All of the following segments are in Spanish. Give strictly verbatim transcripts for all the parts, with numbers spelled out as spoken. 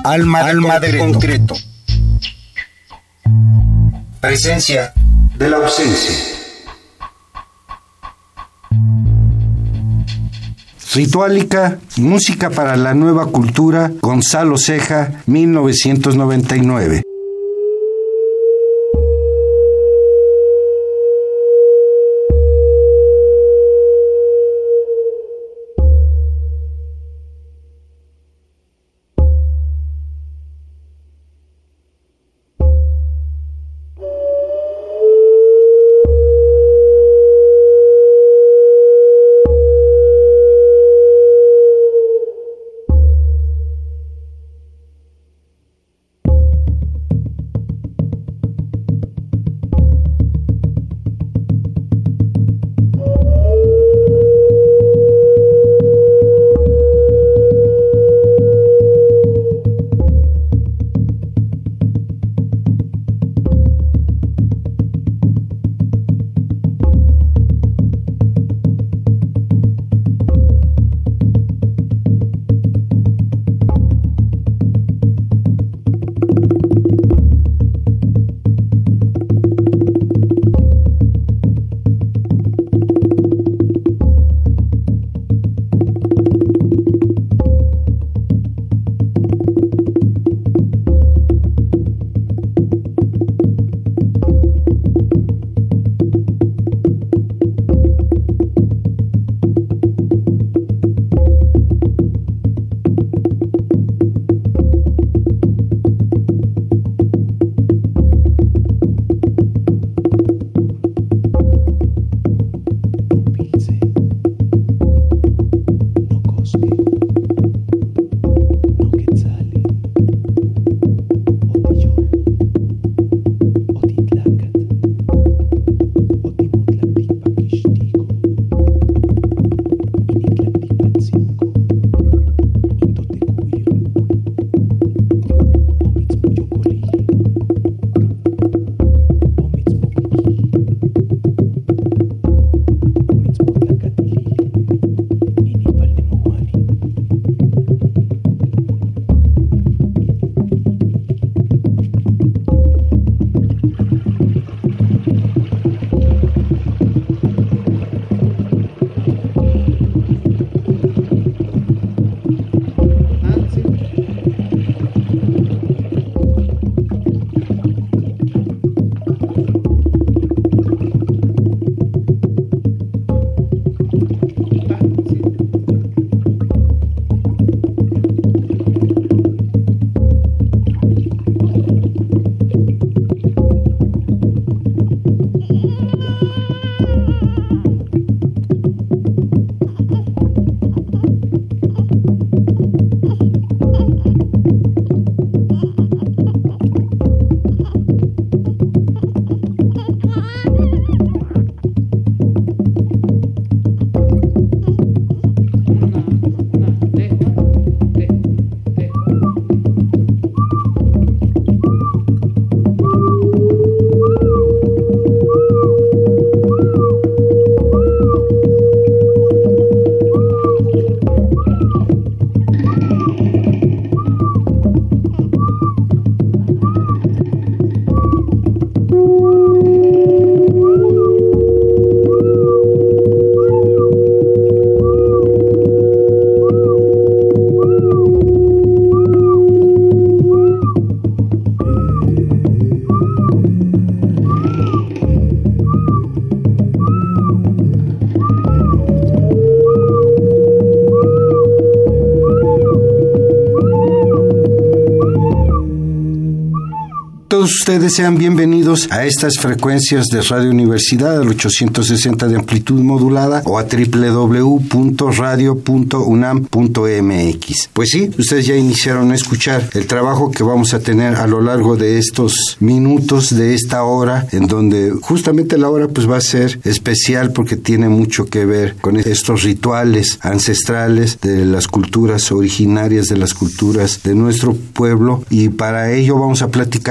Alma de, Alma de concreto. Presencia de la ausencia. Rituálica, música para la nueva cultura, Gonzalo Ceja, mil novecientos noventa y nueve. Ustedes sean bienvenidos a estas frecuencias de Radio Universidad al ochocientos sesenta de amplitud modulada o a doble u doble u doble u punto radio punto unam punto m x. Pues sí, ustedes ya iniciaron a escuchar el trabajo que vamos a tener a lo largo de estos minutos de esta hora, en donde justamente la hora pues va a ser especial porque tiene mucho que ver con estos rituales ancestrales de las culturas originarias, de las culturas de nuestro pueblo, y para ello vamos a platicar con Gonzalo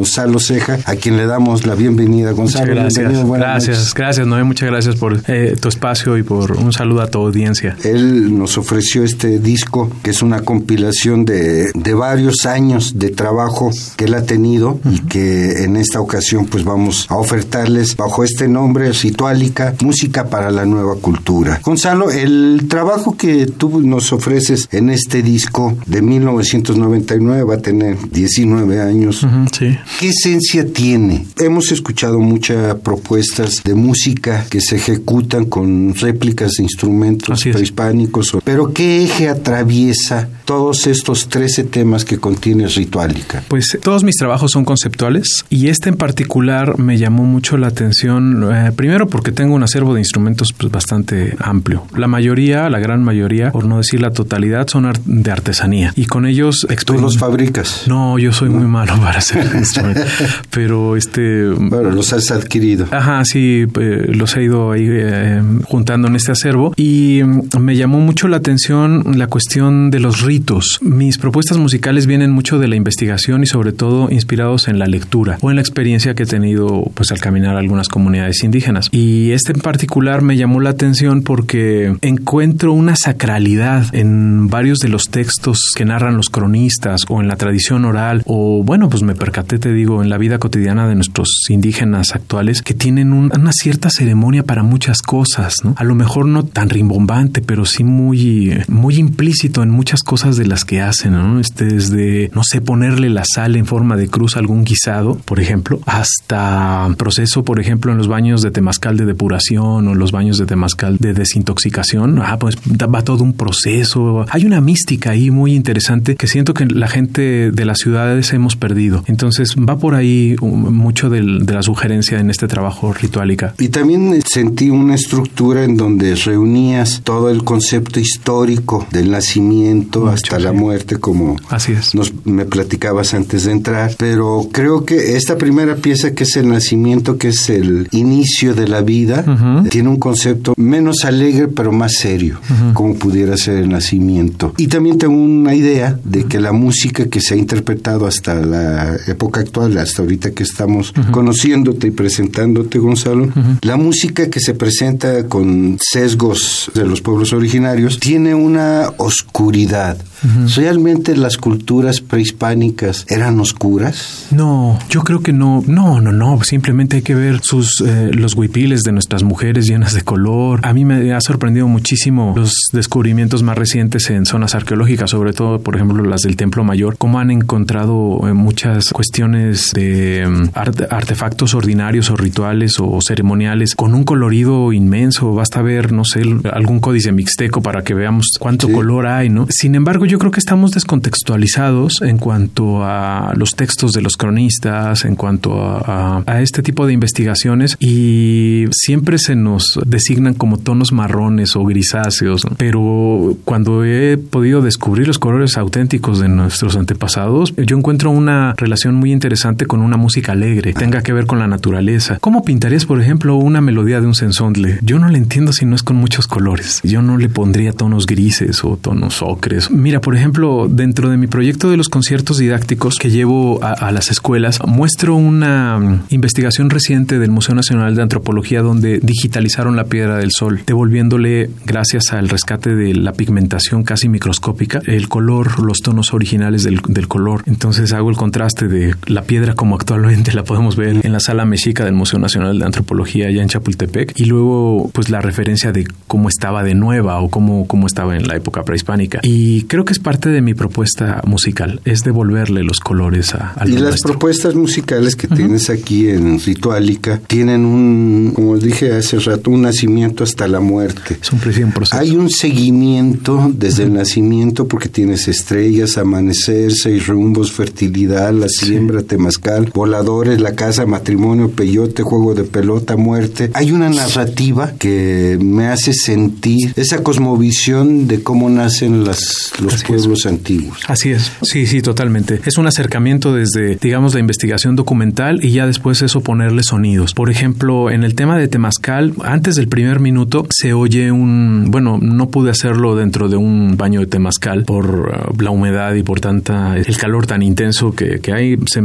Gonzalo Ceja, a quien le damos la bienvenida. Gonzalo, muchas gracias. Gracias, noches. gracias, Noé, muchas gracias por eh, tu espacio y por un saludo a tu audiencia. Él nos ofreció este disco, que es una compilación de, de varios años de trabajo que él ha tenido, uh-huh. y que en esta ocasión pues vamos a ofertarles bajo este nombre, Ritualica, música para la nueva cultura. Gonzalo, el trabajo que tú nos ofreces en este disco de mil novecientos noventa y nueve va a tener diecinueve años. Uh-huh, sí. ¿Qué esencia tiene? Hemos escuchado muchas propuestas de música que se ejecutan con réplicas de instrumentos prehispánicos, pero ¿qué eje atraviesa todos estos trece temas que contiene Ritualica? Pues todos mis trabajos son conceptuales y este en particular me llamó mucho la atención, eh, primero porque tengo un acervo de instrumentos pues, bastante amplio. La mayoría, la gran mayoría, por no decir la totalidad, son art- de artesanía y con ellos... Exper- ¿Tú los fabricas? No, yo soy no. muy malo para hacer instrumentos, pero este... Bueno, los has adquirido. Ajá, sí, eh, los he ido ahí eh, juntando en este acervo y me llamó mucho la atención la cuestión de los ritos. Mis propuestas musicales vienen mucho de la investigación y sobre todo inspirados en la lectura o en la experiencia que he tenido pues al caminar a algunas comunidades indígenas. Y este en particular me llamó la atención porque encuentro una sacralidad en varios de los textos que narran los cronistas o en la tradición oral o bueno, pues me percaté, te digo, en la vida cotidiana de nuestros indígenas actuales que tienen un, una cierta ceremonia para muchas cosas, ¿no? A lo mejor no tan rimbombante, pero sí muy, muy implícito en muchas cosas de las que hacen, ¿no? Este, desde, no sé, ponerle la sal en forma de cruz a algún guisado, por ejemplo, hasta proceso, por ejemplo, en los baños de temazcal de depuración o los baños de temazcal de desintoxicación. Ah, pues va todo un proceso. Hay una mística ahí muy interesante que siento que la gente de las ciudades hemos perdido. Entonces va por ahí mucho del, de la sugerencia en este trabajo Ritualica. Y también sentí una estructura en donde reunías todo el concepto histórico del nacimiento mucho, hasta sí. la muerte, como Así es. Nos, me platicabas antes de entrar, pero creo que esta primera pieza, que es el nacimiento, que es el inicio de la vida, uh-huh. tiene un concepto menos alegre pero más serio, uh-huh. como pudiera ser el nacimiento. Y también tengo una idea de uh-huh. que la música que se ha interpretado hasta la época actual, hasta ahorita que estamos uh-huh. conociéndote y presentándote, Gonzalo, uh-huh. la música que se presenta con sesgos de los pueblos originarios tiene una oscuridad. Uh-huh. ¿Realmente las culturas prehispánicas eran oscuras? No, yo creo que no. No, no, no. Simplemente hay que ver sus eh, los huipiles de nuestras mujeres llenas de color. A mí me ha sorprendido muchísimo los descubrimientos más recientes en zonas arqueológicas, sobre todo, por ejemplo, las del Templo Mayor, cómo han encontrado eh, muchas cuestiones de um, art- artefactos ordinarios o rituales o, o ceremoniales con un colorido inmenso. Basta ver, no sé, algún códice mixteco para que veamos cuánto sí. color hay, ¿no? Sin embargo, yo creo que estamos descontextualizados en cuanto a los textos de los cronistas, en cuanto a, a, a este tipo de investigaciones, y siempre se nos designan como tonos marrones o grisáceos, ¿no? Pero cuando he podido descubrir los colores auténticos de nuestros antepasados, yo encuentro una relación muy interesante con una música alegre, tenga que ver con la naturaleza. ¿Cómo pintarías, por ejemplo, una melodía de un censontle? Yo no la entiendo si no es con muchos colores. Yo no le pondría tonos grises o tonos ocres. Mira, por ejemplo, dentro de mi proyecto de los conciertos didácticos que llevo a, a las escuelas, muestro una um, investigación reciente del Museo Nacional de Antropología donde digitalizaron la piedra del sol, devolviéndole, gracias al rescate de la pigmentación casi microscópica, el color, los tonos originales del, del color. Entonces hago el contraste de la piedra como actualmente la podemos ver en la Sala Mexica del Museo Nacional de Antropología allá en Chapultepec, y luego pues la referencia de cómo estaba de nueva o cómo, cómo estaba en la época prehispánica. Y creo que es parte de mi propuesta musical, es devolverle los colores a, a Y las nuestro. propuestas musicales que uh-huh. tienes aquí en Ritualica tienen un, como dije hace rato, un nacimiento hasta la muerte. Es un, un proceso. Hay un seguimiento desde uh-huh. el nacimiento, porque tienes estrellas, amanecer, seis rumbos, fertilidad, la siembra, sí. temazcal, voladores, la casa, matrimonio, peyote, juego de pelota, muerte. Hay una narrativa que me hace sentir esa cosmovisión de cómo nacen las, los Así pueblos es. antiguos. Así es, sí, sí, totalmente. Es un acercamiento desde, digamos, la investigación documental y ya después eso ponerle sonidos. Por ejemplo, en el tema de temazcal, antes del primer minuto se oye un, bueno, no pude hacerlo dentro de un baño de temazcal por uh, la humedad y por tanta, el calor tan intenso que, que hay, se,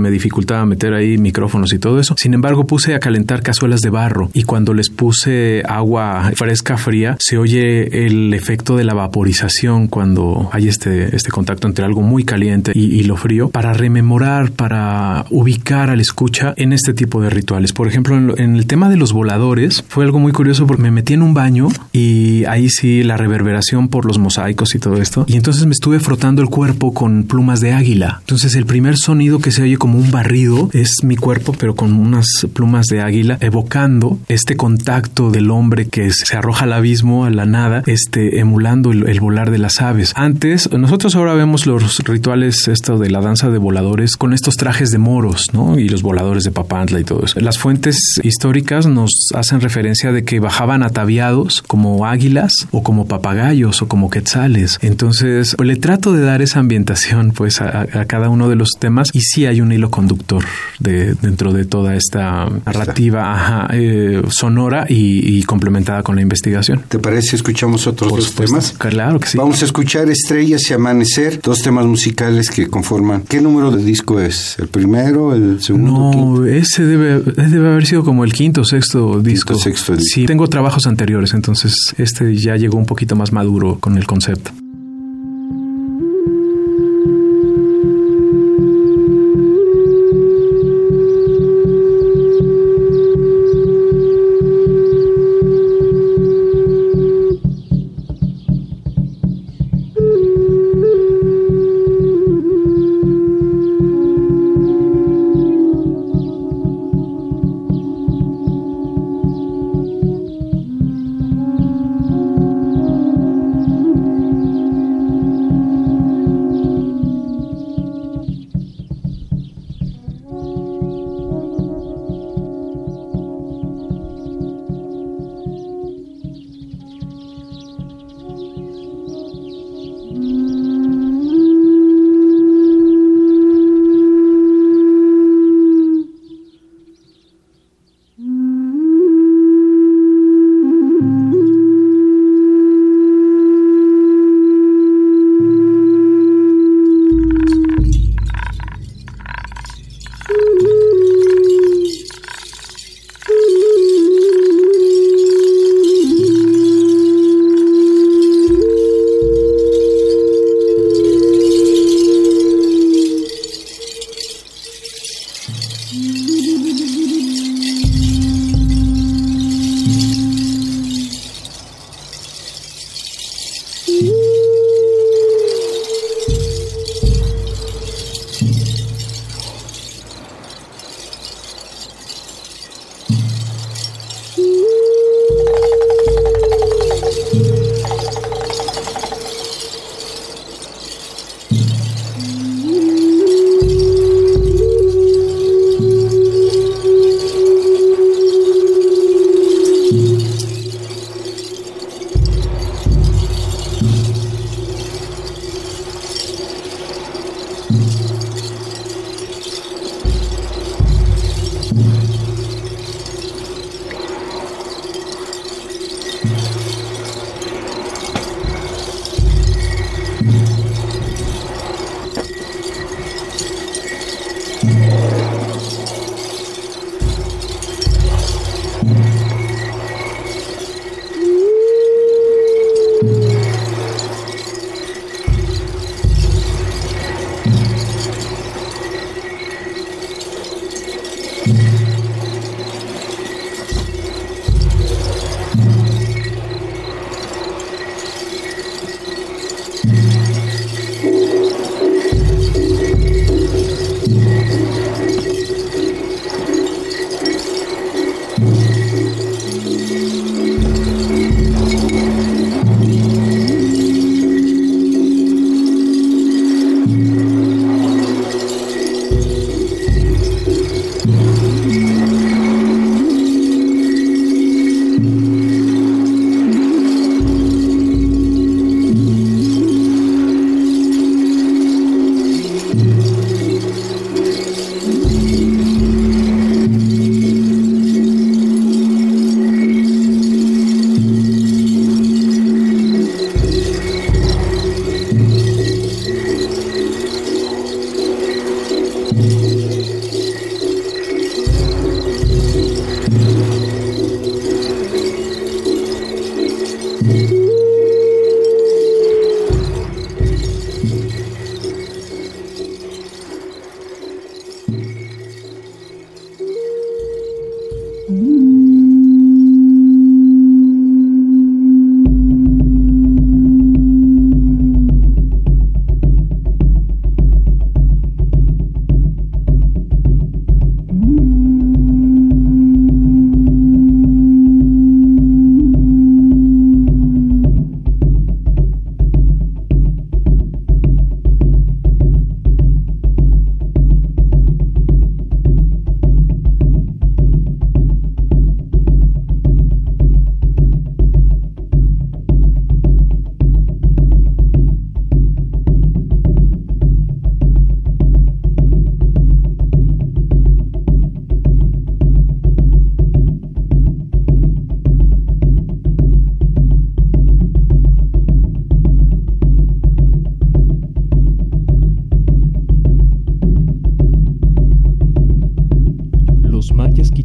me dificultaba meter ahí micrófonos y todo eso. Sin embargo, puse a calentar cazuelas de barro y cuando les puse agua fresca, fría, se oye el efecto de la vaporización cuando hay este, este contacto entre algo muy caliente y, y lo frío, para rememorar, para ubicar al escucha en este tipo de rituales. Por ejemplo, en, lo, en el tema de los voladores, fue algo muy curioso porque me metí en un baño y ahí sí la reverberación por los mosaicos y todo esto, y entonces me estuve frotando el cuerpo con plumas de águila. Entonces el primer sonido que se oye como un barrido es mi cuerpo, pero con unas plumas de águila, evocando este contacto del hombre que se arroja al abismo, a la nada, este, emulando el, el volar de las aves. Antes, nosotros ahora vemos los rituales esto de la danza de voladores con estos trajes de moros, ¿no? Y los voladores de Papantla y todo eso. Las fuentes históricas nos hacen referencia de que bajaban ataviados como águilas o como papagayos o como quetzales. Entonces, pues, le trato de dar esa ambientación pues a, a cada uno de los temas, y sí hay un hilo conductor de, dentro de toda esta narrativa ajá, eh, sonora y, y complementada con la investigación. ¿Te parece? Escuchamos otros Por dos supuesto. temas. Claro que sí. Vamos a escuchar Estrellas y Amanecer, dos temas musicales que conforman. ¿Qué número de disco es? ¿El primero, el segundo? No, quinto? ese debe, debe haber sido como el quinto o sexto disco. Quinto, sexto disco. Sí, tengo trabajos anteriores, entonces este ya llegó un poquito más maduro con el concepto.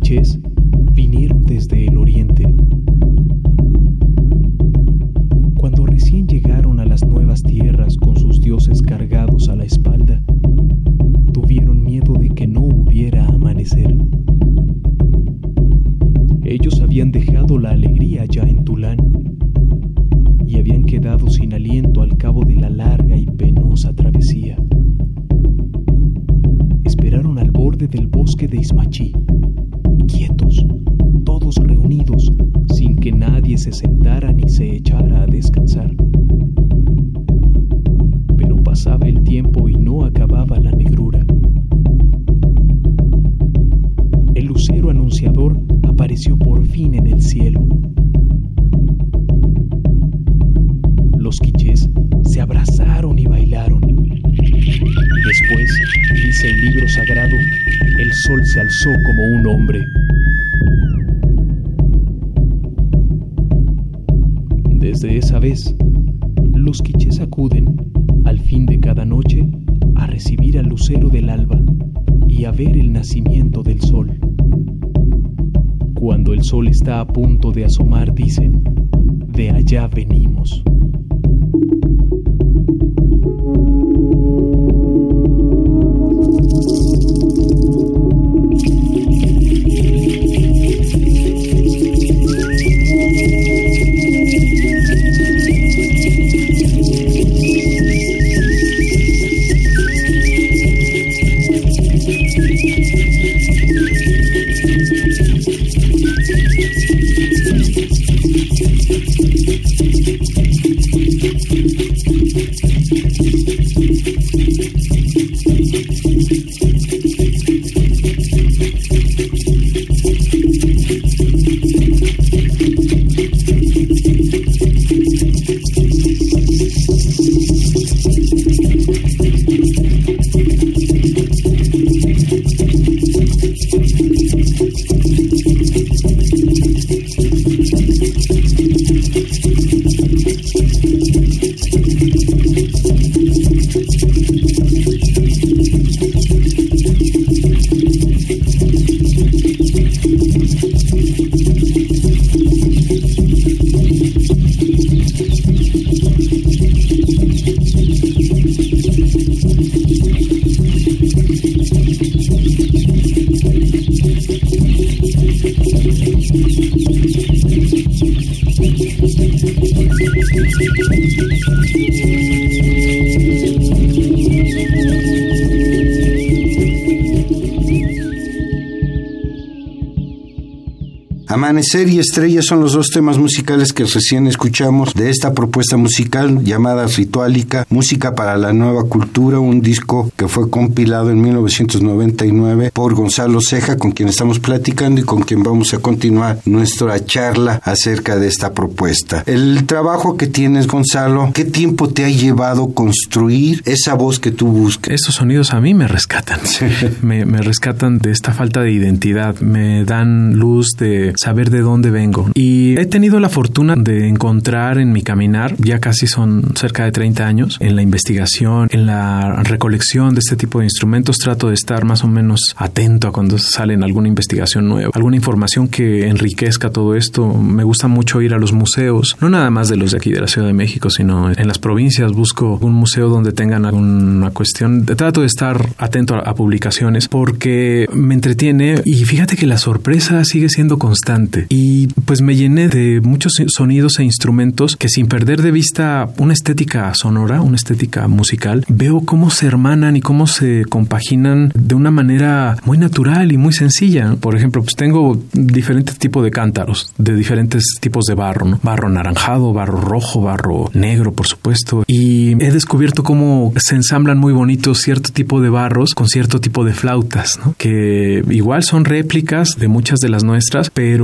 quichés vinieron desde el oriente. Cuando recién llegaron a las nuevas tierras con sus dioses cargados a la espalda, tuvieron miedo de que no hubiera amanecer. Ellos habían dejado la alegría ya en Tulán y habían quedado sin aliento al cabo de la larga y penosa travesía. Esperaron al borde del bosque de Izmachí, quietos, todos reunidos, sin que nadie se sentara ni se echara a descansar. Pero pasaba el tiempo y no acababa la negrura. El lucero anunciador apareció por fin en el cielo. Los quichés se abrazaron y bailaron. Después, dice el libro sagrado, el sol se alzó como un hombre. Desde esa vez, los quichés acuden, al fin de cada noche, a recibir al lucero del alba y a ver el nacimiento del sol. Cuando el sol está a punto de asomar, dicen, de allá venimos. Amanecer y Estrella son los dos temas musicales que recién escuchamos de esta propuesta musical llamada Rituálica, Música para la Nueva Cultura, un disco que fue compilado en mil novecientos noventa y nueve por Gonzalo Ceja, con quien estamos platicando y con quien vamos a continuar nuestra charla acerca de esta propuesta. El trabajo que tienes, Gonzalo, ¿qué tiempo te ha llevado construir esa voz que tú buscas? Esos sonidos a mí me rescatan. Sí. Me, me rescatan de esta falta de identidad, me dan luz de saber de dónde vengo. Y he tenido la fortuna de encontrar en mi caminar, ya casi son cerca de treinta años, en la investigación, en la recolección de este tipo de instrumentos, trato de estar más o menos atento a cuando salen alguna investigación nueva, alguna información que enriquezca todo esto. Me gusta mucho ir a los museos, no nada más de los de aquí de la Ciudad de México, sino en las provincias. Busco un museo donde tengan alguna cuestión. Trato de estar atento a, a publicaciones porque me entretiene y fíjate que la sorpresa sigue siendo constante. Y pues me llené de muchos sonidos e instrumentos que, sin perder de vista una estética sonora, una estética musical, veo cómo se hermanan y cómo se compaginan de una manera muy natural y muy sencilla. Por ejemplo, pues tengo diferentes tipos de cántaros, de diferentes tipos de barro, ¿no? Barro anaranjado, barro rojo, barro negro, por supuesto. Y he descubierto cómo se ensamblan muy bonitos cierto tipo de barros con cierto tipo de flautas, ¿no? Que igual son réplicas de muchas de las nuestras, pero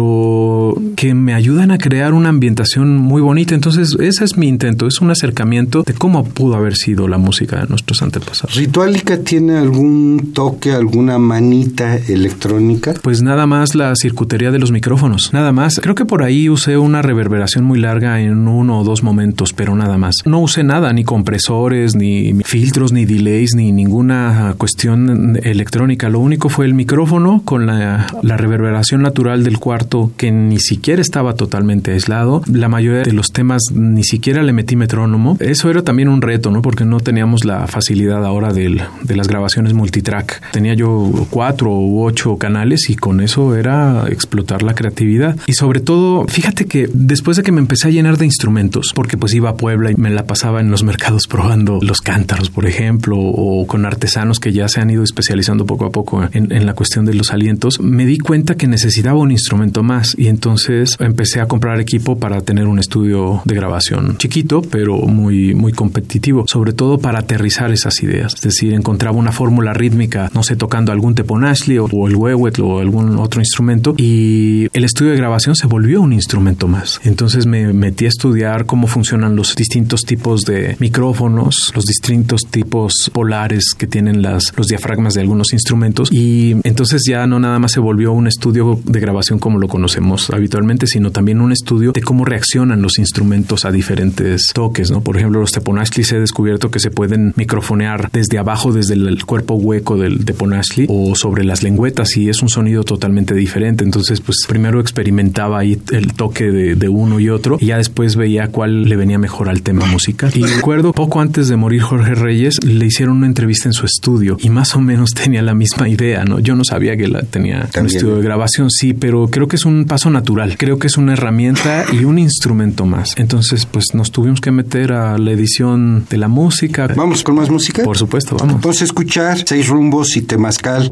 pero que me ayudan a crear una ambientación muy bonita. Entonces, ese es mi intento, es un acercamiento de cómo pudo haber sido la música de nuestros antepasados. ¿Ritualica tiene algún toque, alguna manita electrónica? Pues nada más la circuitería de los micrófonos, nada más. Creo que por ahí usé una reverberación muy larga en uno o dos momentos, pero nada más. No usé nada, ni compresores, ni filtros, ni delays, ni ninguna cuestión electrónica. Lo único fue el micrófono con la, la reverberación natural del cuarto, que ni siquiera estaba totalmente aislado. La mayoría de los temas ni siquiera le metí metrónomo. Eso era también un reto, ¿no? Porque no teníamos la facilidad ahora de, de las grabaciones multitrack. Tenía yo cuatro u ocho canales y con eso era explotar la creatividad. Y sobre todo, fíjate que después de que me empecé a llenar de instrumentos, porque pues iba a Puebla y me la pasaba en los mercados probando los cántaros, por ejemplo, o con artesanos que ya se han ido especializando poco a poco en, en la cuestión de los alientos, me di cuenta que necesitaba un instrumento más y entonces empecé a comprar equipo para tener un estudio de grabación chiquito, pero muy, muy competitivo, sobre todo para aterrizar esas ideas. Es decir, encontraba una fórmula rítmica, no sé, tocando algún teponashli o, o el huehuetl o algún otro instrumento, y el estudio de grabación se volvió un instrumento más. Entonces me metí a estudiar cómo funcionan los distintos tipos de micrófonos, los distintos tipos polares que tienen las, los diafragmas de algunos instrumentos, y entonces ya no nada más se volvió un estudio de grabación como lo conocemos habitualmente, sino también un estudio de cómo reaccionan los instrumentos a diferentes toques, ¿no? Por ejemplo, los teponashlis he descubierto que se pueden microfonear desde abajo, desde el cuerpo hueco del teponashli o sobre las lengüetas, y es un sonido totalmente diferente. Entonces, pues primero experimentaba ahí el toque de, de uno y otro, y ya después veía cuál le venía mejor al tema musical. Y recuerdo, poco antes de morir Jorge Reyes, le hicieron una entrevista en su estudio y más o menos tenía la misma idea, ¿no? Yo no sabía que la tenía ¿También? Un estudio de grabación, sí, pero creo que es un paso natural. Creo que es una herramienta y un instrumento más. Entonces, pues nos tuvimos que meter a la edición de la música. ¿Vamos con más música? Por supuesto, vamos. Vamos a escuchar Seis Rumbos y Temazcal.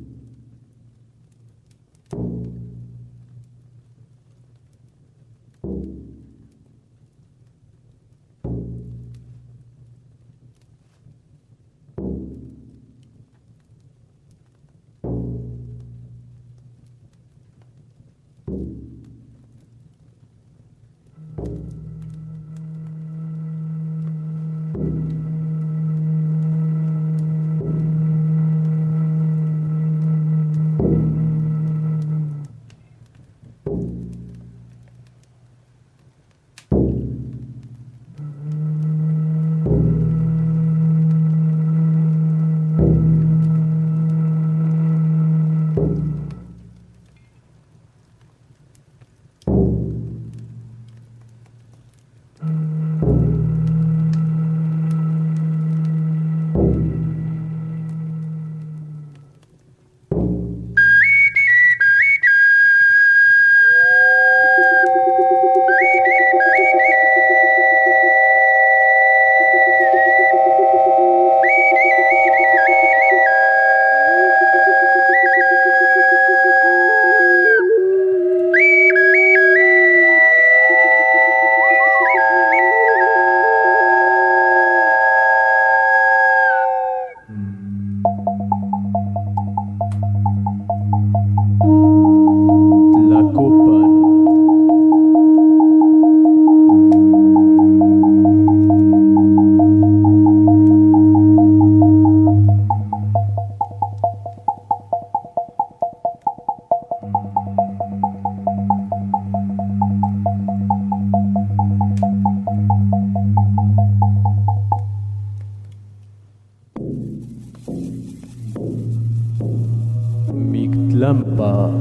Lampa.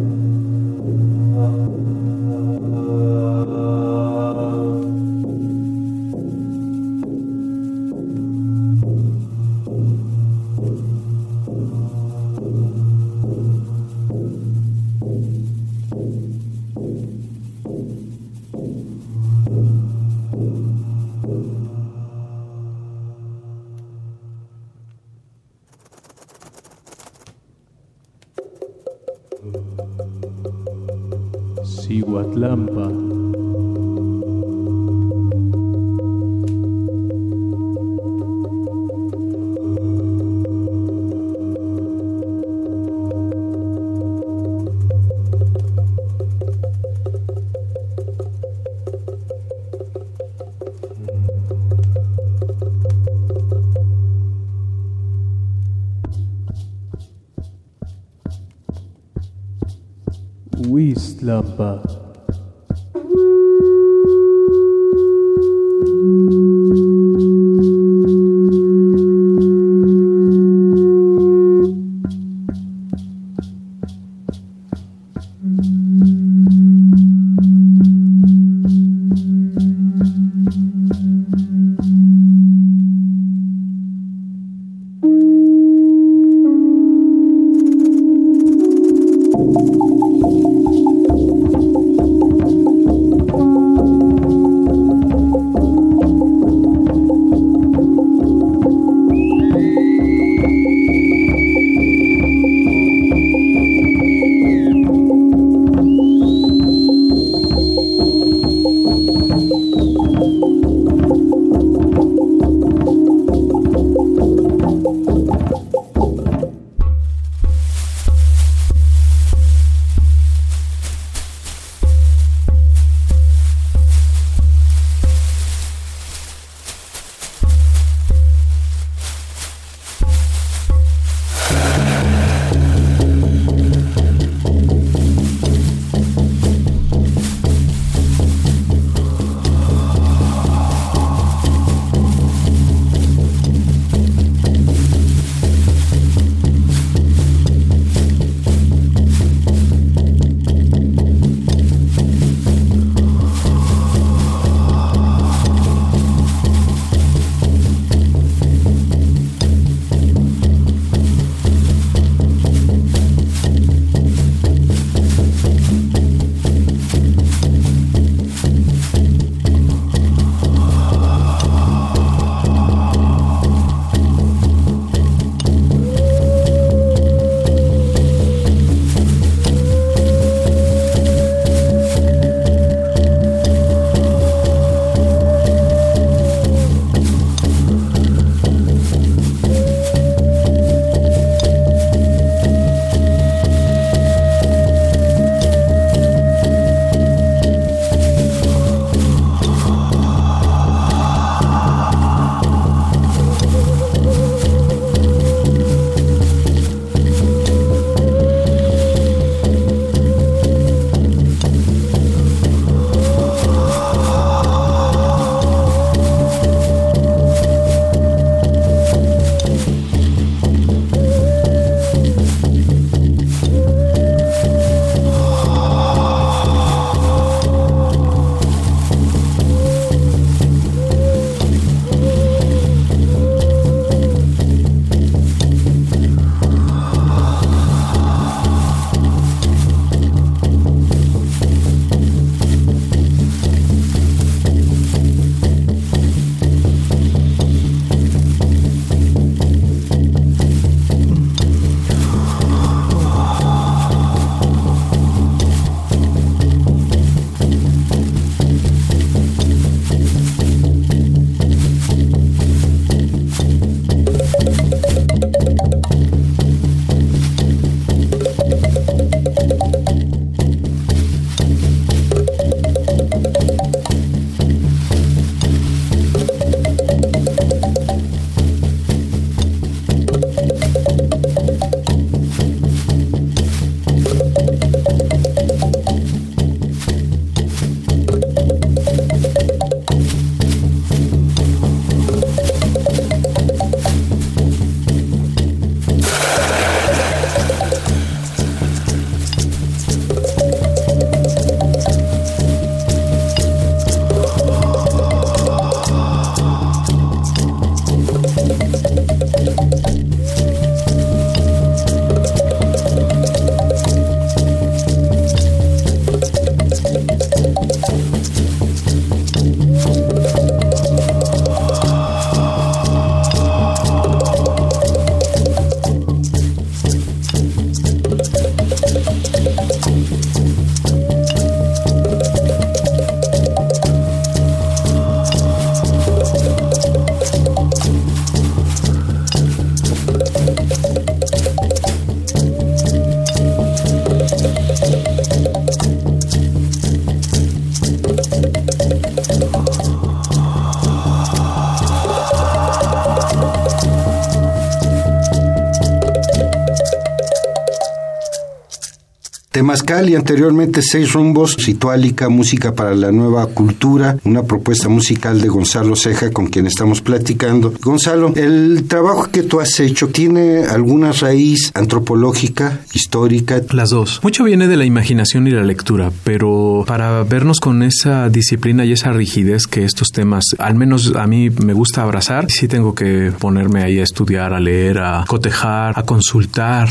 Cihuatlampa. Huiztlapa. Temazcal y anteriormente Seis Rumbos, Rituálica, Música para la Nueva Cultura, una propuesta musical de Gonzalo Ceja con quien estamos platicando. Gonzalo, el trabajo que tú has hecho tiene alguna raíz antropológica, histórica. Las dos. Mucho viene de la imaginación y la lectura, pero para vernos con esa disciplina y esa rigidez que estos temas, al menos a mí me gusta abrazar, sí tengo que ponerme ahí a estudiar, a leer, a cotejar, a consultar,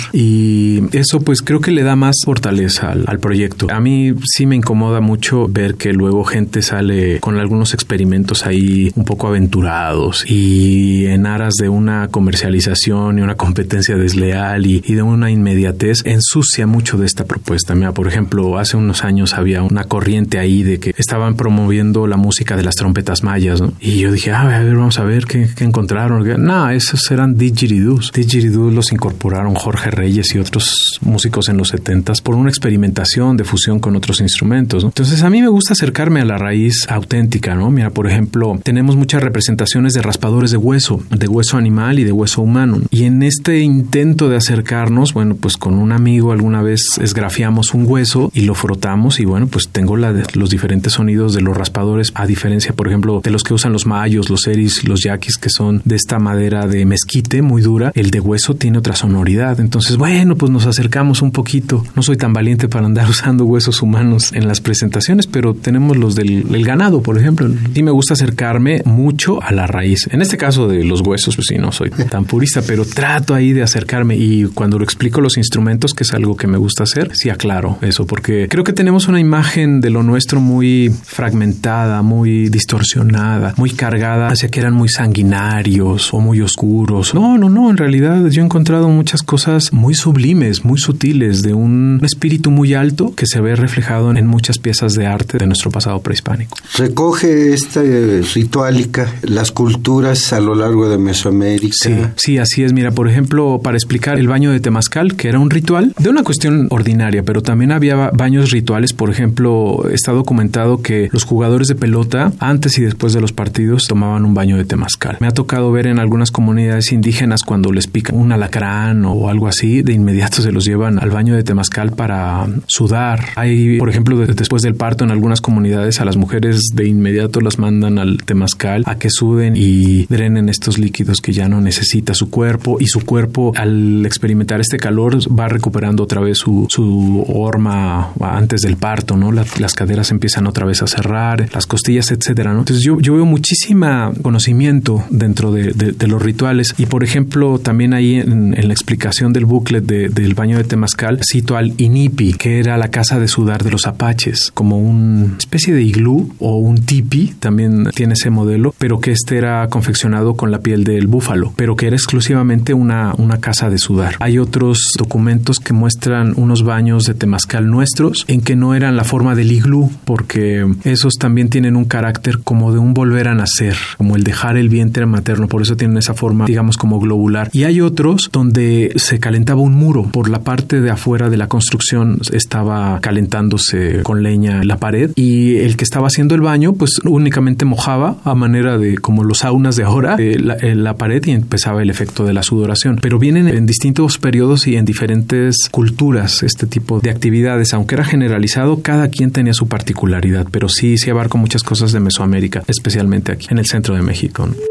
y eso pues creo que le da más fortaleza al, al proyecto. A mí sí me incomoda mucho ver que luego gente sale con algunos experimentos ahí un poco aventurados y en aras de una comercialización y una competencia desleal y, y de una inmediatez ensucia mucho de esta propuesta. Mira, por ejemplo, hace unos años había una corriente ahí de que estaban promoviendo la música de las trompetas mayas, ¿no? Y yo dije, ah, a ver, vamos a ver qué, qué encontraron. No, esos eran didgeridoos. Didgeridoos los incorporaron Jorge Reyes y otros músicos en los setentas por una experimentación de fusión con otros instrumentos, ¿no? Entonces a mí me gusta acercarme a la raíz auténtica, ¿no? Mira, por ejemplo, tenemos muchas representaciones de raspadores de hueso, de hueso animal y de hueso humano. Y en este intento de acercarnos, bueno, pues con un amigo alguna vez esgrafiamos un hueso y lo frotamos y bueno, pues tengo la de los diferentes sonidos de los raspadores, a diferencia, por ejemplo, de los que usan los mayos, los eris, los yaquis, que son de esta madera de mezquite muy dura. El de hueso tiene otra sonoridad. Entonces, bueno, pues nos acercamos un poquito. No soy tan valiente para andar usando huesos humanos en las presentaciones, pero tenemos los del, del ganado, por ejemplo. Sí me gusta acercarme mucho a la raíz. En este caso de los huesos, pues sí, no soy tan purista, pero trato ahí de acercarme y cuando lo explico los instrumentos, que es algo que me gusta hacer, sí aclaro eso, porque creo que tenemos una imagen de lo nuestro muy fragmentada, muy distorsionada, muy cargada hacia que eran muy sanguinarios o muy oscuros. No, no, no, en realidad yo he encontrado muchas cosas muy sublimes, muy sutiles, de un espíritu muy alto que se ve reflejado en muchas piezas de arte de nuestro pasado prehispánico. Recoge esta eh, rituálica las culturas a lo largo de Mesoamérica. Sí, sí, así es. Mira, por ejemplo, para explicar el baño de Temazcal, que era un ritual de una cuestión ordinaria, pero también había baños rituales. Por ejemplo, está documentado que los jugadores de pelota, antes y después de los partidos, tomaban un baño de Temazcal. Me ha tocado ver en algunas comunidades indígenas cuando les pica un alacrán o algo así, de inmediato se los llevan al baño de Temazcal para sudar. Hay, por ejemplo, de, después del parto en algunas comunidades a las mujeres de inmediato las mandan al Temazcal a que suden y drenen estos líquidos que ya no necesita su cuerpo, y su cuerpo al experimentar este calor va recuperando otra vez su, su horma antes del parto, ¿no? La, las caderas empiezan otra vez a cerrar, las costillas, etcétera, ¿no? Entonces yo, yo veo muchísima conocimiento dentro de, de, de los rituales, y por ejemplo también ahí en, en la explicación del booklet de, del baño de Temazcal cito al inipi, que era la casa de sudar de los apaches, como una especie de iglú o un tipi, también tiene ese modelo, pero que este era confeccionado con la piel del búfalo, pero que era exclusivamente una, una casa de sudar. Hay otros documentos que muestran unos baños de Temazcal nuestros en que no eran la forma del iglú, porque esos también tienen un carácter como de un volver a nacer, como el dejar el vientre materno, por eso tienen esa forma, digamos, como globular. Y hay otros donde se calentaba un muro, por la parte de afuera de la construcción estaba calentándose con leña la pared, y el que estaba haciendo el baño pues únicamente mojaba a manera de como los saunas de ahora eh, la, eh, la pared, y empezaba el efecto de la sudoración. Pero vienen en distintos periodos y en diferentes culturas este tipo de actividades, aunque era generalizado, cada quien tenía su particularidad, pero sí, sí abarco muchas cosas de Mesoamérica, especialmente aquí en el centro de México, ¿no?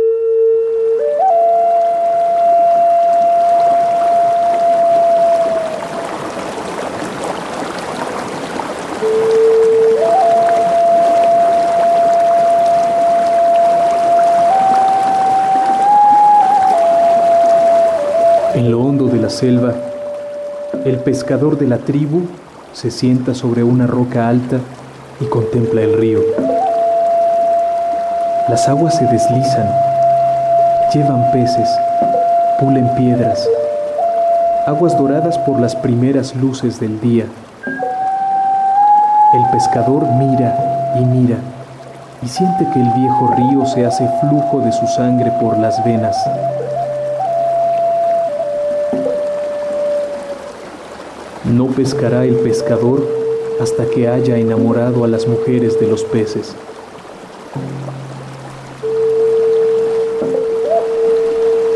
En lo hondo de la selva, el pescador de la tribu se sienta sobre una roca alta y contempla el río. Las aguas se deslizan, llevan peces, pulen piedras, aguas doradas por las primeras luces del día. El pescador mira y mira y siente que el viejo río se hace flujo de su sangre por las venas. No pescará el pescador hasta que haya enamorado a las mujeres de los peces.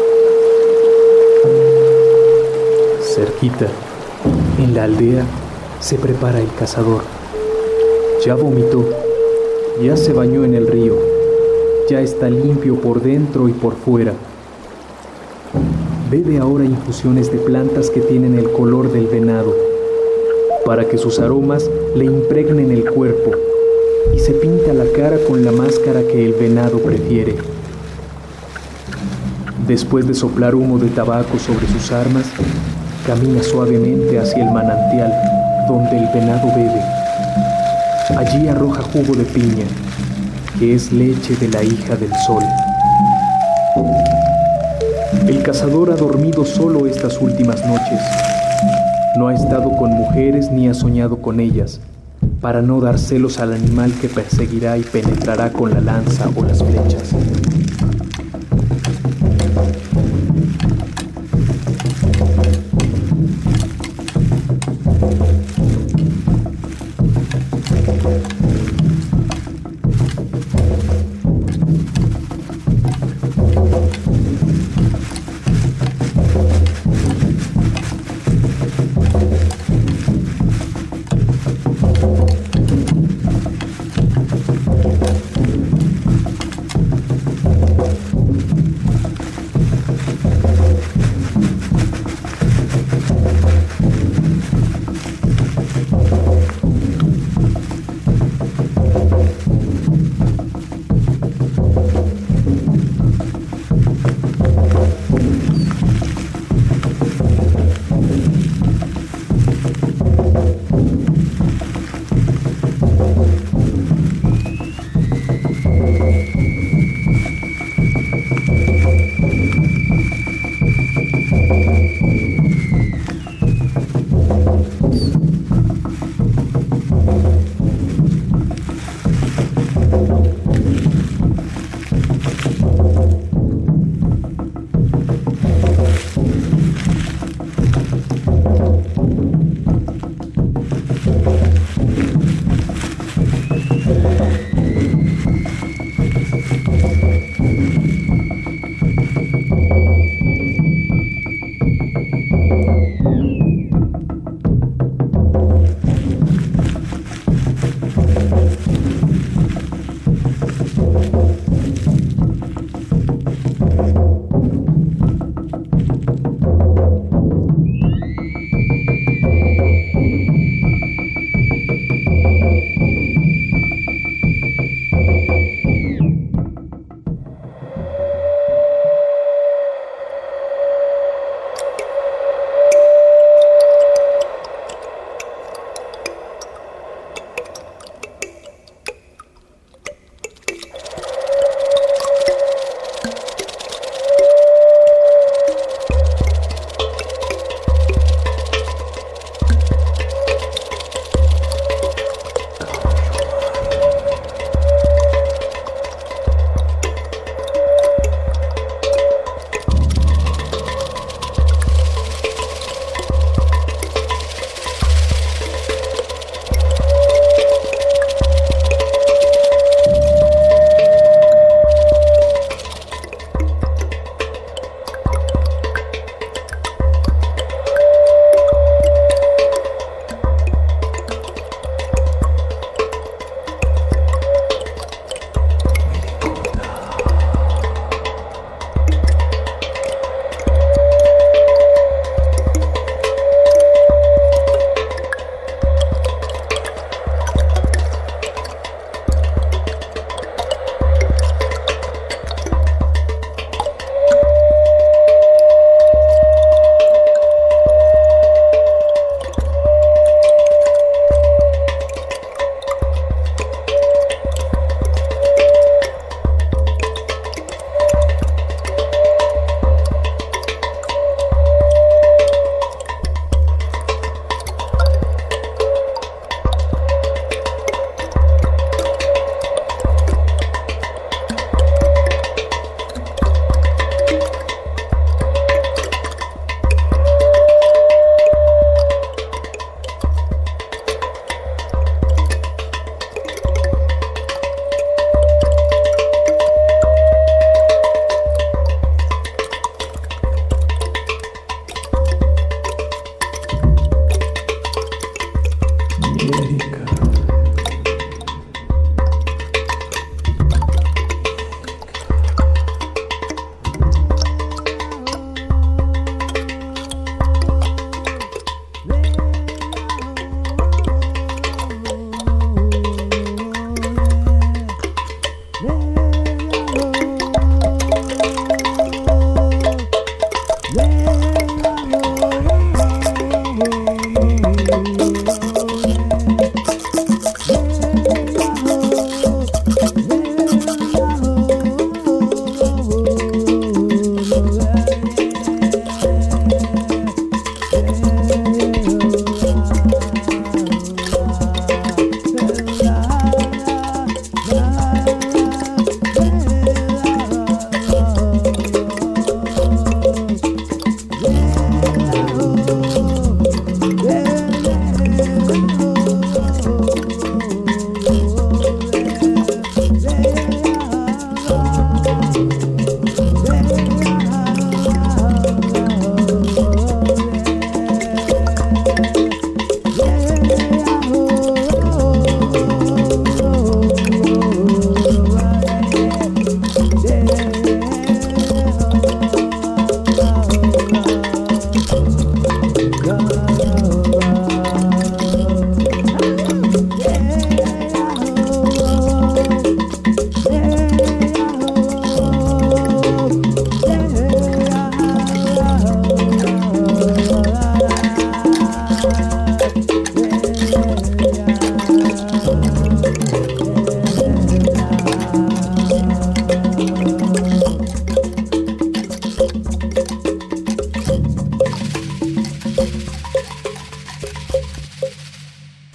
Cerquita, en la aldea, Se prepara el cazador. Ya vomitó, ya se bañó en el río, ya está limpio por dentro y por fuera. Bebe ahora infusiones de plantas que tienen el color del venado, para que sus aromas le impregnen el cuerpo, y se pinta la cara con la máscara que el venado prefiere. Después de soplar humo de tabaco sobre sus armas, camina suavemente hacia el manantial donde el venado bebe. Allí arroja jugo de piña, que es leche de la hija del sol. El cazador ha dormido solo estas últimas noches. No ha estado con mujeres ni ha soñado con ellas, para no dar celos al animal que perseguirá y penetrará con la lanza o las flechas.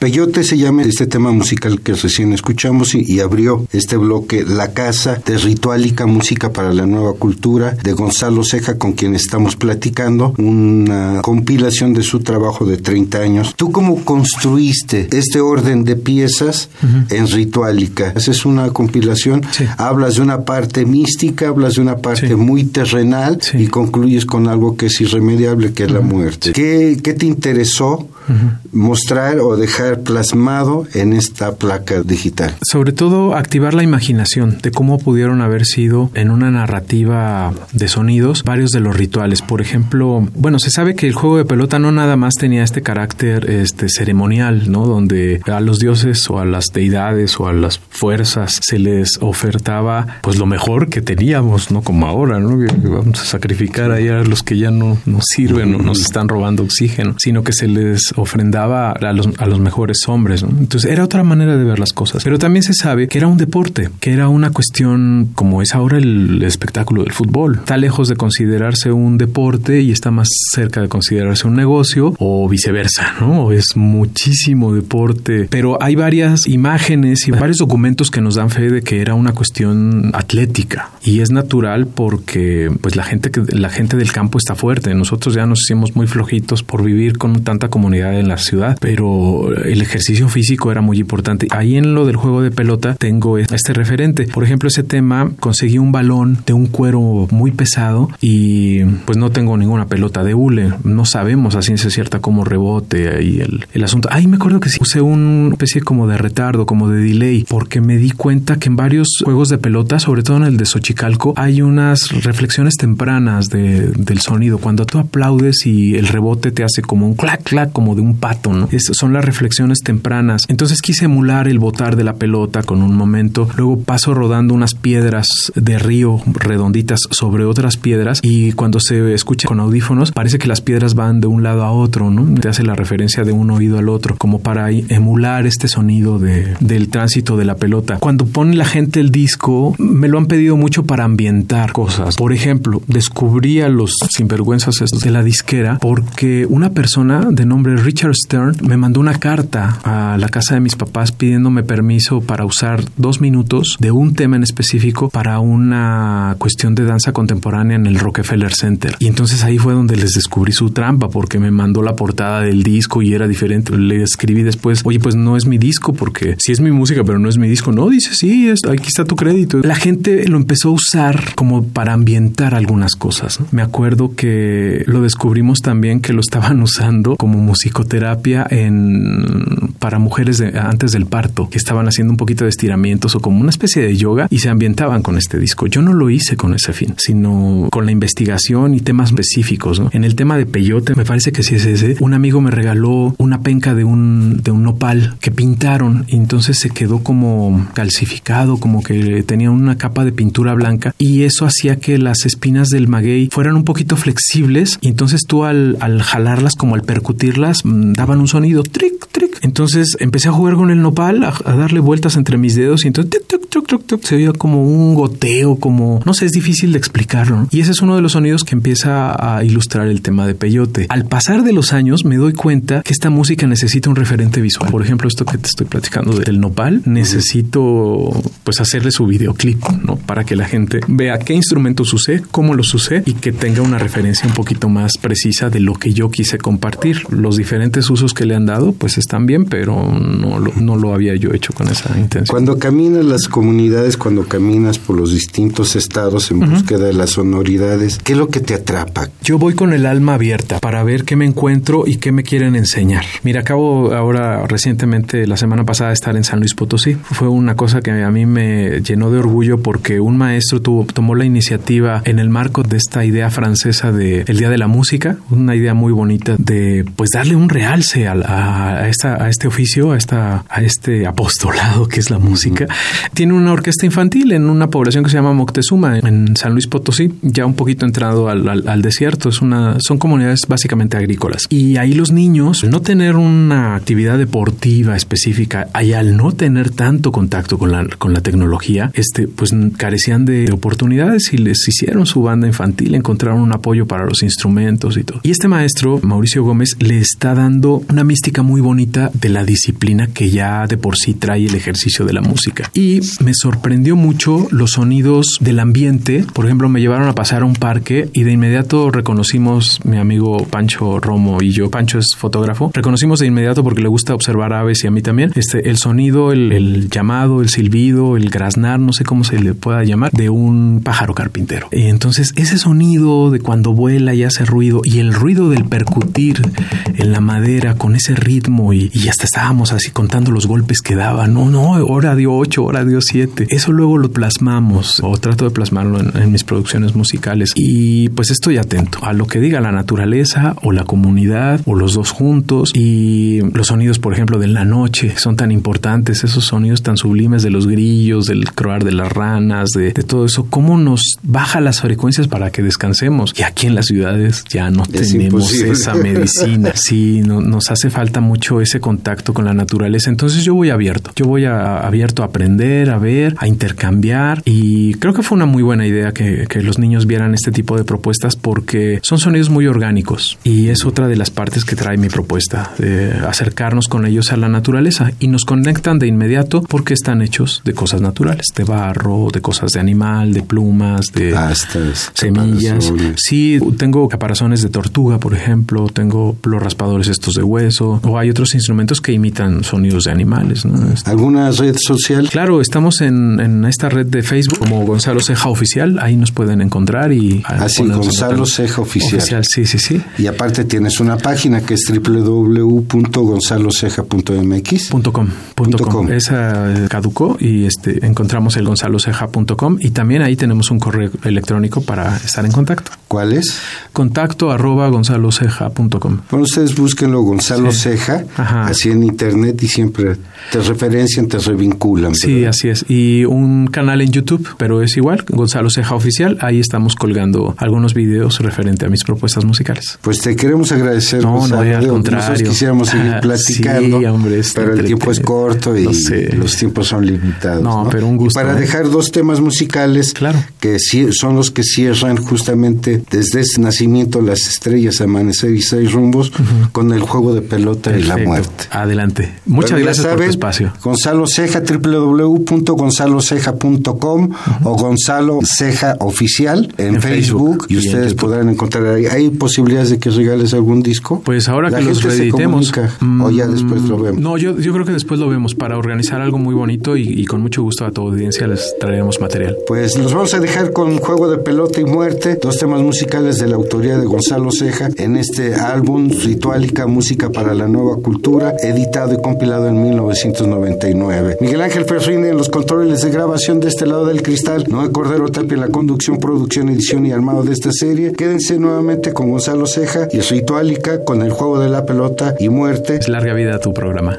Peyote se llama este tema musical que recién escuchamos y, y abrió este bloque La Casa de Ritualica, música para la nueva cultura, de Gonzalo Ceja, con quien estamos platicando, una compilación de su trabajo de treinta años. ¿Tú cómo construiste este orden de piezas uh-huh. en Ritualica? Es una compilación, sí. hablas de una parte mística, hablas de una parte sí. muy terrenal sí. y concluyes con algo que es irremediable, que es uh-huh. la muerte. ¿Qué, qué te interesó uh-huh. mostrar o dejar plasmado en esta placa digital? Sobre todo activar la imaginación de cómo pudieron haber sido en una narrativa de sonidos varios de los rituales. Por ejemplo, bueno, se sabe que el juego de pelota no nada más tenía este carácter este ceremonial, ¿no? Donde a los dioses o a las deidades o a las fuerzas se les ofertaba pues lo mejor que teníamos, no como ahora, ¿no? Que vamos a sacrificar ahí a los que ya no nos sirven o nos están robando oxígeno, sino que se les ofrendaba a los, a los mejores hombres, ¿no? Entonces era otra manera de ver las cosas. Pero también se sabe que era un deporte, que era una cuestión como es ahora el espectáculo del fútbol. Está lejos de considerarse un deporte y está más cerca de considerarse un negocio o viceversa, ¿no? Es muchísimo deporte, pero hay varias imágenes y varios documentos que nos dan fe de que era una cuestión atlética y es natural porque pues la gente que la gente del campo está fuerte. Nosotros ya nos hicimos muy flojitos por vivir con tanta comunidad en la ciudad, pero el ejercicio físico era muy importante. Ahí en lo del juego de pelota tengo este referente. Por ejemplo, ese tema conseguí un balón de un cuero muy pesado y pues no tengo ninguna pelota de hule. No sabemos a ciencia cierta cómo rebote ahí el, el asunto. Ay, me acuerdo que sí usé una especie como de retardo, como de delay, porque me di cuenta que en varios juegos de pelota, sobre todo en el de Xochicalco, hay unas reflexiones tempranas de, del sonido. Cuando tú aplaudes y el rebote te hace como un clac, clac, como de un pato, ¿no? Es, son las reflexiones tempranas. Entonces quise emular el botar de la pelota con un momento. Luego paso rodando unas piedras de río redonditas sobre otras piedras y cuando se escucha con audífonos parece que las piedras van de un lado a otro, ¿no? Te hace la referencia de un oído al otro, como para emular este sonido de, del tránsito de la pelota. Cuando pone la gente el disco, me lo han pedido mucho para ambientar cosas. Por ejemplo, descubrí a los sinvergüenzas de la disquera porque una persona de nombre Richard Stern me mandó una carta a la casa de mis papás pidiéndome permiso para usar dos minutos de un tema en específico para una cuestión de danza contemporánea en el Rockefeller Center. Y entonces ahí fue donde les descubrí su trampa, porque me mandó la portada del disco y era diferente. Le escribí después, oye, pues no es mi disco, porque sí es mi música, pero no es mi disco. No, dice, sí, es, aquí está tu crédito. La gente lo empezó a usar como para ambientar algunas cosas, ¿no? Me acuerdo que lo descubrimos también que lo estaban usando como musicoterapia en para mujeres de, antes del parto, que estaban haciendo un poquito de estiramientos o como una especie de yoga y se ambientaban con este disco. Yo no lo hice con ese fin, sino con la investigación y temas específicos, ¿no? En el tema de peyote, me parece que sí es ese. Un amigo me regaló una penca de un, de un nopal que pintaron y entonces se quedó como calcificado, como que tenía una capa de pintura blanca y eso hacía que las espinas del maguey fueran un poquito flexibles y entonces tú al, al jalarlas, como al percutirlas, daban un sonido tric, tric. Entonces empecé a jugar con el nopal, a, a darle vueltas entre mis dedos y entonces tic, tic, tic, tic, tic, se veía como un goteo, como, no sé, es difícil de explicarlo, ¿no? Y ese es uno de los sonidos que empieza a ilustrar el tema de peyote. Al pasar de los años me doy cuenta que esta música necesita un referente visual. Por ejemplo, esto que te estoy platicando del nopal, necesito pues hacerle su videoclip, ¿no? Para que la gente vea qué instrumentos usé, cómo los usé y que tenga una referencia un poquito más precisa de lo que yo quise compartir. Los diferentes usos que le han dado pues están bien, pero no lo, no lo había yo hecho con esa intención. Cuando caminas las comunidades, cuando caminas por los distintos estados en uh-huh. búsqueda de las sonoridades, ¿qué es lo que te atrapa? Yo voy con el alma abierta para ver qué me encuentro y qué me quieren enseñar. Mira, acabo ahora recientemente, la semana pasada, de estar en San Luis Potosí. Fue una cosa que a mí me llenó de orgullo porque un maestro tuvo, tomó la iniciativa en el marco de esta idea francesa de el Día de la Música, una idea muy bonita de pues darle un realce a, a, a, esta, a este oficio, a, esta, a este apostolado que es la música. Uh-huh. Tiene una orquesta infantil en una población que se llama Moctezuma, en San Luis Potosí, ya un poquito entrado al, al, al desierto. Es una, son comunidades básicamente agrícolas. Y ahí los niños, al no tener una actividad deportiva específica, y al no tener tanto contacto con la, con la tecnología, este, pues carecían de oportunidades y les hicieron su banda infantil, encontraron un apoyo para los instrumentos y todo. Y este maestro, Mauricio Gómez, les está dando una mística muy bonita de la disciplina que ya de por sí trae el ejercicio de la música. Y me sorprendió mucho los sonidos del ambiente. Por ejemplo, me llevaron a pasar a un parque y de inmediato reconocimos, mi amigo Pancho Romo y yo, Pancho es fotógrafo, reconocimos de inmediato, porque le gusta observar aves y a mí también, este, el sonido, el, el llamado, el silbido, el graznar, no sé cómo se le pueda llamar, de un pájaro carpintero. Y entonces ese sonido de cuando vuela y hace ruido, y el ruido del percutir en la madera con ese ritmo, y, y hasta estábamos así contando los golpes que daban. No, no, hora dio ocho, hora dio siete. Eso luego lo plasmamos, o trato de plasmarlo en, en mis producciones musicales. Y pues estoy atento a lo que diga la naturaleza o la comunidad o los dos juntos. Y los sonidos, por ejemplo, de la noche son tan importantes, esos sonidos tan sublimes de los grillos, del croar de las ranas, de, de todo eso. ¿Cómo nos baja las frecuencias para que descansemos? Y aquí en las ciudades ya no es tenemos imposible. Esa medicina. Sí, no, nos hace falta mucho ese contacto con la naturaleza. Entonces yo voy abierto. Yo voy a, abierto a aprender, a ver, a intercambiar. Y creo que fue una muy buena idea que, que los niños vieran este tipo de propuestas, porque son sonidos muy orgánicos. Y es otra de las partes que trae mi propuesta, de acercarnos con ellos a la naturaleza. Y nos conectan de inmediato porque están hechos de cosas naturales, de barro, de cosas de animal, de plumas, de Pastas, semillas. Caparazones. Sí, tengo caparazones de tortuga, por ejemplo, tengo los raspadores estos de hueso, o hay otros instrumentos que imitan sonidos de animales, ¿no? ¿Alguna red social? Claro, estamos en, en esta red de Facebook como Gonzalo Ceja Oficial, ahí nos pueden encontrar y... Así, ah, Gonzalo Ceja Oficial. Oficial. Sí, sí, sí. Y aparte tienes una página que es doble u doble u doble u punto gonzalo ceja punto m x. Punto com. Punto com. Esa caducó y este encontramos el gonzalo ceja punto com y también ahí tenemos un correo electrónico para estar en contacto. ¿Cuál es? Contacto arroba gonzalo ceja punto com. Bueno, ustedes búsquenlo Gonzalo sí. Ceja, Ajá. así en internet y siempre te referencian, te revinculan. Sí, ¿verdad? Así es. Y un canal en YouTube, pero es igual, Gonzalo Ceja Oficial. Ahí estamos colgando algunos videos referente a mis propuestas musicales. Pues te queremos agradecer. No, Gonzalo. No, al contrario. Nosotros quisiéramos seguir platicando, sí, hombre, pero el tiempo es corto y los tiempos son limitados. No, ¿no? Pero un gusto. Y para ¿eh? dejar dos temas musicales, claro, que son los que cierran justamente desde ese nacimiento, las estrellas, amanecer y seis rumbos, uh-huh. con el juego de pelota Perfecto. Y la muerte. Adelante. Muchas bueno, gracias saben, por tu espacio. Gonzalo Ceja, doble u doble u doble u punto gonzalo ceja punto com uh-huh. o Gonzalo Ceja Oficial en, en Facebook, Facebook y, y ustedes podrán encontrar ahí. ¿Hay posibilidades de que regales algún disco? Pues ahora la que los reeditemos. Mm, o ya después lo vemos. No, yo, yo creo que después lo vemos para organizar algo muy bonito y, y con mucho gusto a tu audiencia les traeremos material. Pues los vamos a dejar con Juego de Pelota y Muerte, dos temas musicales de la autoría de Gonzalo Ceja en este álbum Ritualica, Música para la Nueva Cultura, editado y compilado en mil novecientos noventa y nueve. Miguel Ángel Ferrini en los controles de grabación de este lado del cristal, Noé Cordero Tapia en la conducción, producción, edición y armado de esta serie. Quédense nuevamente con Gonzalo Ceja y Ritualica con el Juego de la Pelota y Muerte. Es larga vida tu programa.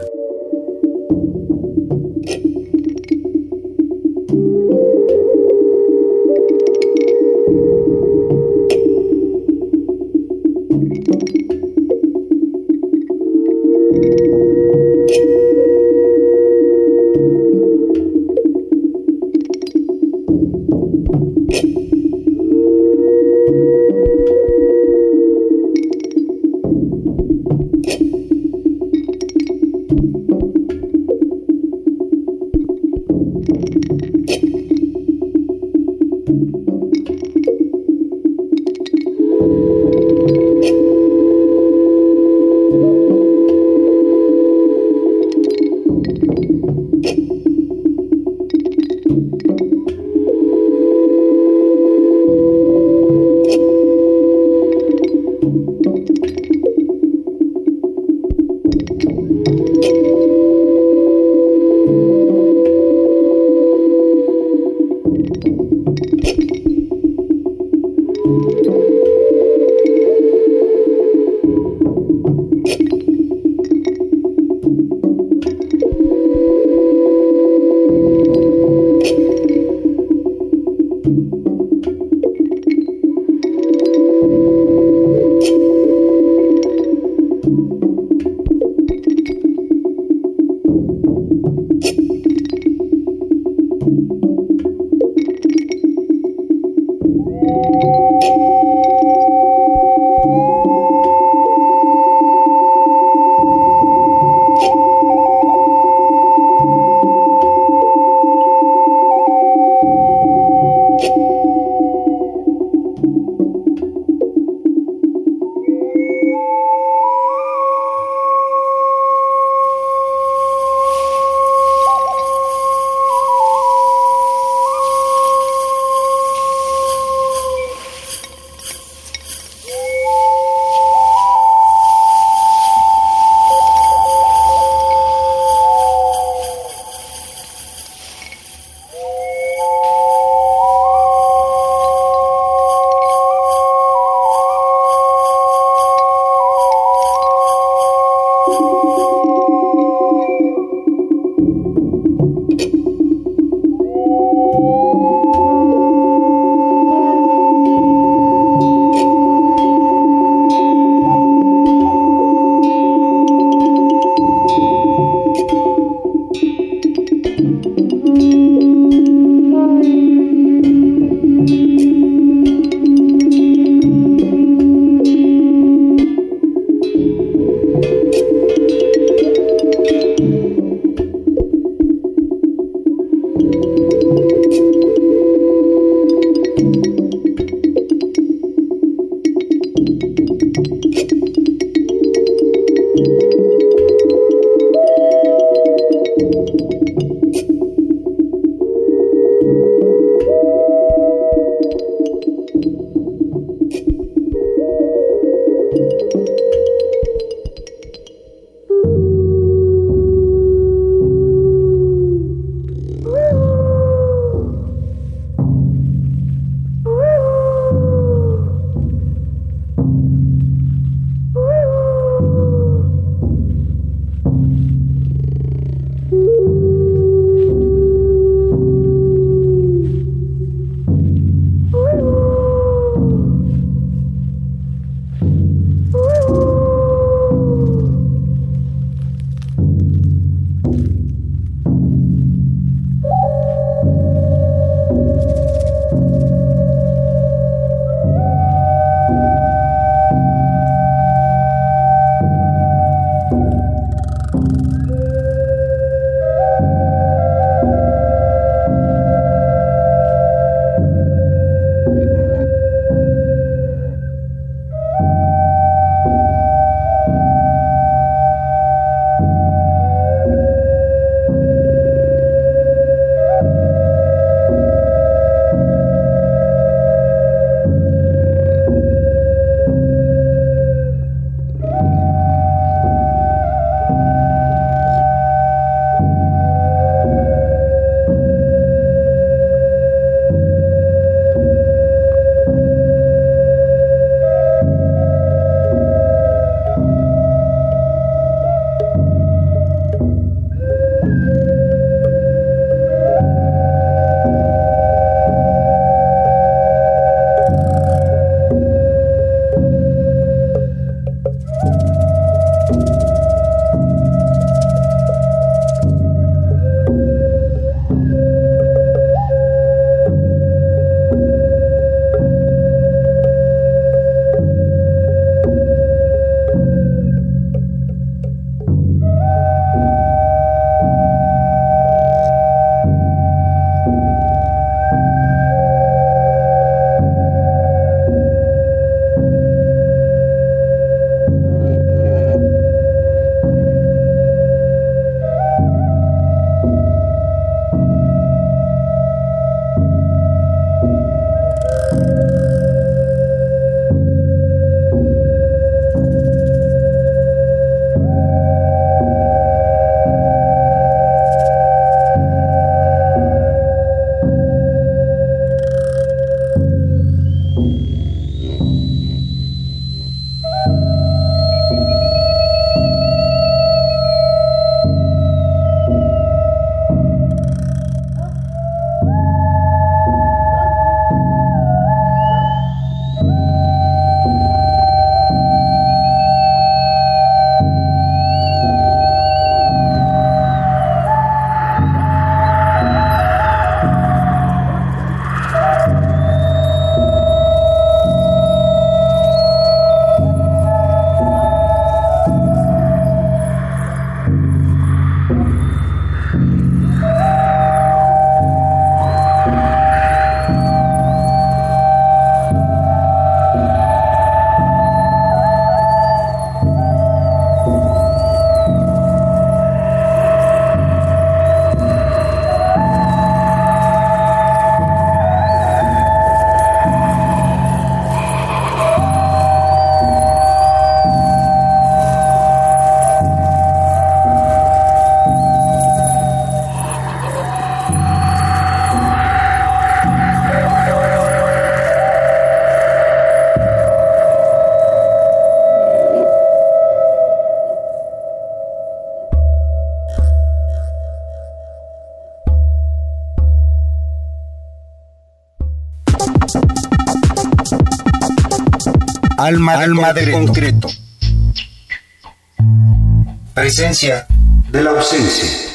Alma, Alma de concreto. Presencia de la ausencia.